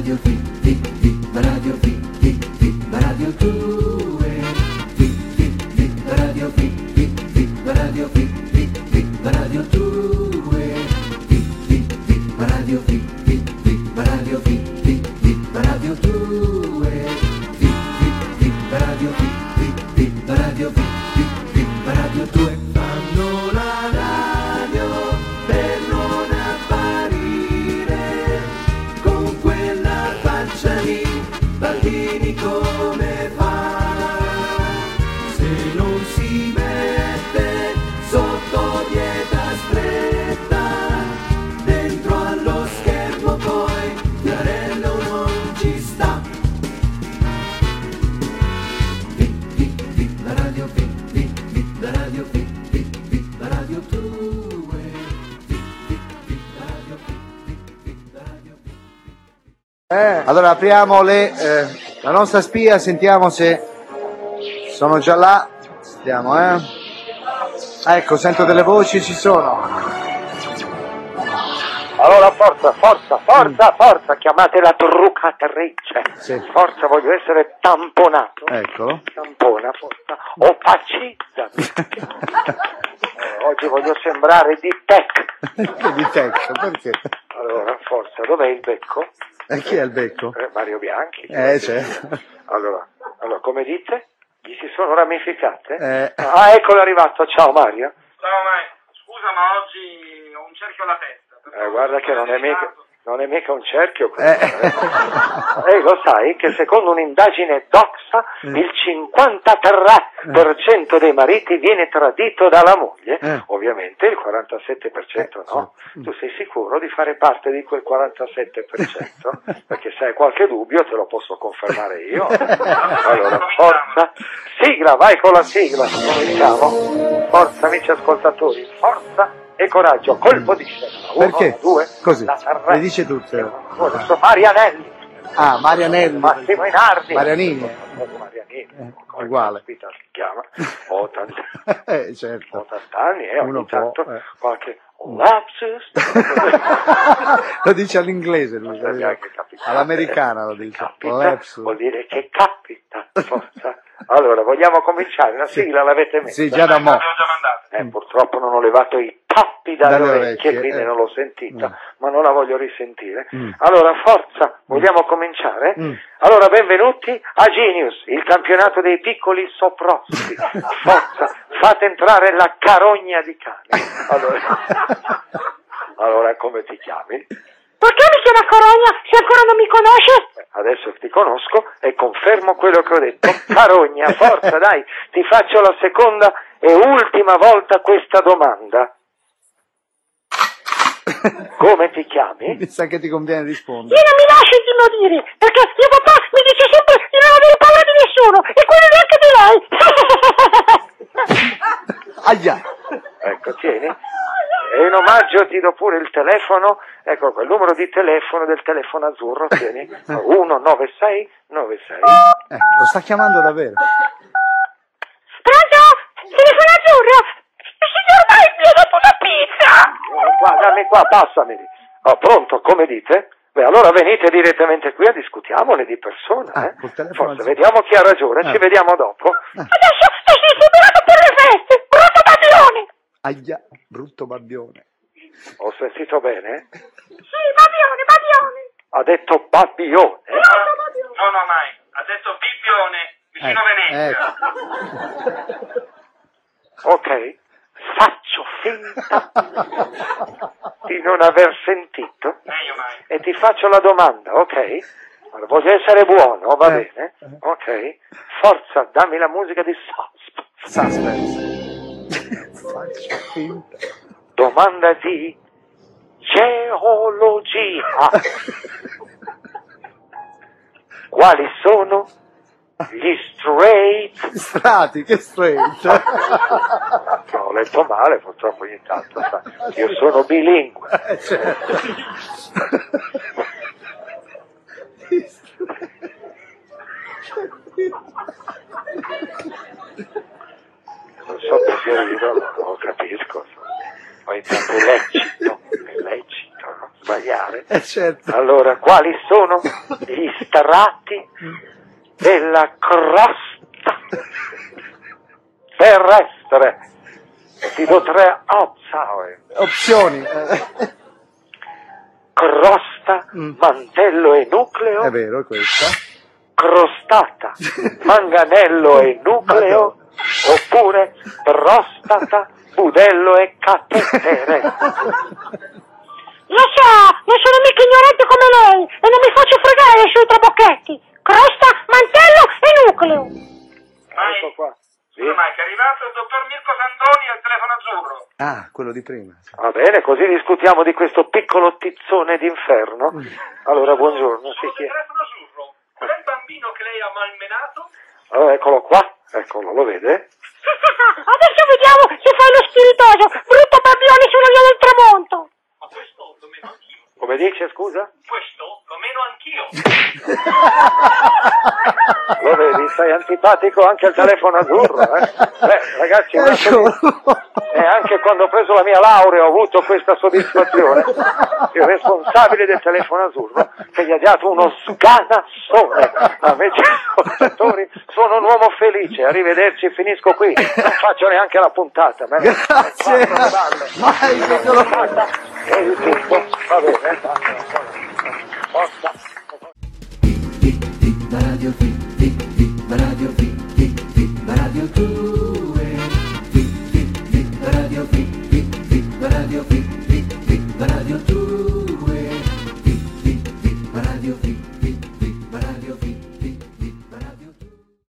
Radio Viva Radio Viva Radio 2. Viva Radio Viva Radio Viva Radio 2. Viva Radio Viva Radio Viva Radio 2. Viva Radio Viva Radio Viva Radio 2. Fanno la radio per non apparire con quella faccia lì. Baldini come fa se non si mette sotto dieta stretta, dentro allo schermo poi Fiorello non ci sta. Viva Radio Viva Radio Viva Radio 2. Viva Radio Viva Radio. Allora apriamo la nostra spia, sentiamo se sono già là. Sentiamo, Ecco, sento delle voci, ci sono. Allora forza, chiamate la truccatrice. Sì. Forza, voglio essere tamponato. Eccolo. Tampona, forza. Opacizza. Oggi voglio sembrare di tech. Che di tecco, perché? Allora, forza, dov'è il becco? E chi è il becco? Mario Bianchi. Certo. Allora, come dite? Gli si sono ramificate? Ah, eccolo arrivato. Ciao Mario. Ciao Mai, scusa ma oggi ho un cerchio alla testa. Guarda che non è mica un cerchio. Lo sai che secondo un'indagine Doxa il 53% dei mariti viene tradito dalla moglie, ovviamente il 47% no. Tu sei sicuro di fare parte di quel 47%? Perché se hai qualche dubbio te lo posso confermare io. Allora, forza, sigla, vai con la sigla, cominciamo. Forza amici ascoltatori, forza e coraggio, colpo di scena. Perché? 1, 2, Così, la Sanremo. le dice tutte. Adesso Marianelli. Ah, Marianelli. Massimo Inardi. Marianini. Marianini. Uguale. Si chiama. Ho tanti Certo. anni e Uno ogni tanto può, qualche lapsus. Lo dice all'inglese lui. Neanche capita. All'americana lo dice. Capita, Lapsus. vuol dire che capita. Forza. Allora, vogliamo cominciare? La sigla l'avete messa? Sì, già da mo'. L'avevo già mandata. Purtroppo non ho levato i tappi dalle Dalle orecchie, orecchie, quindi non l'ho sentita, Mm. ma non la voglio risentire. Mm. Allora, forza, vogliamo cominciare? Mm. Allora, benvenuti a Genius, il campionato dei piccoli sopprossi. Forza, fate entrare la carogna di cane. Allora, come ti chiami? Perché mi chiama Carogna se ancora non mi conosce? Adesso ti conosco e confermo quello che ho detto. Carogna, forza, dai, ti faccio la seconda e ultima volta questa domanda. Come ti chiami? Mi sa che ti conviene rispondere. Io non mi lascio intimorire, perché mio papà mi dice sempre di non avere paura di nessuno, e quello neanche di lei. Aia! Ecco, tieni. E in omaggio ti do pure il telefono, ecco qua, il numero di telefono del telefono azzurro, tieni, 19696. Lo sta chiamando davvero. Pronto? Telefono azzurro? Signor Mai, mi ha dato una pizza! Dammi qua, passami. Pronto, come dite? Beh, allora venite direttamente qui a discutiamone di persona, Col telefono Forse azzurro. vediamo chi ha ragione, ci vediamo dopo. Adesso sei liberato per le feste, brutto baglione! Aia, brutto babbione. Ho sentito bene? Sì, babbione! Ha detto babbione. No, Mai, ha detto Bibbione, vicino Venezia. Ok, faccio finta di non aver sentito Meglio Mai. e ti faccio la domanda, ok? Allora, voglio essere buono, va bene? Ok, forza, dammi la musica di Suspense. Faccio finta. domanda di geologia. Quali sono gli straight? Strati, che straight. Ho letto male, purtroppo ogni tanto, sa. Io sono bilingue. Certo. Non so perché rido, non capisco. Ma intanto è lecito, no? Sbagliare. Certo. Allora, quali sono gli strati della crosta terrestre? Ti do 3 opzioni. Crosta, mantello e nucleo, È vero, questa. crostata, manganello e nucleo, oppure prostata, budello e catetere. Lo so, non sono mica ignorante come lei e non mi faccio fregare dai suoi trabocchetti. Crosta, mantello e nucleo. Ecco qua. Sì. Mike, è arrivato il dottor Mirko Sandoni al telefono azzurro. Ah, quello di prima. Va bene, così discutiamo di questo piccolo tizzone d'inferno. Allora, buongiorno. Sì, Scusi, chi è? telefono azzurro. Quel bambino che lei ha malmenato? Allora, eccolo qua. Eccolo, lo vede? Adesso vediamo se fai lo spiritoso, brutto babbione sulla via del tramonto. Ma questo lo meno anch'io. Come dice, scusa? Questo lo meno anch'io. Lo vedi, sei antipatico anche al telefono azzurro, eh? Ragazzi, e anche quando ho preso la mia laurea ho avuto questa soddisfazione. Il responsabile del telefono azzurro che gli ha dato uno sganassone. Invece i ascoltatori, sono un uomo felice, arrivederci, finisco qui. Non faccio neanche la puntata. Grazie. E il tutto, va bene. Forza. Radio 2.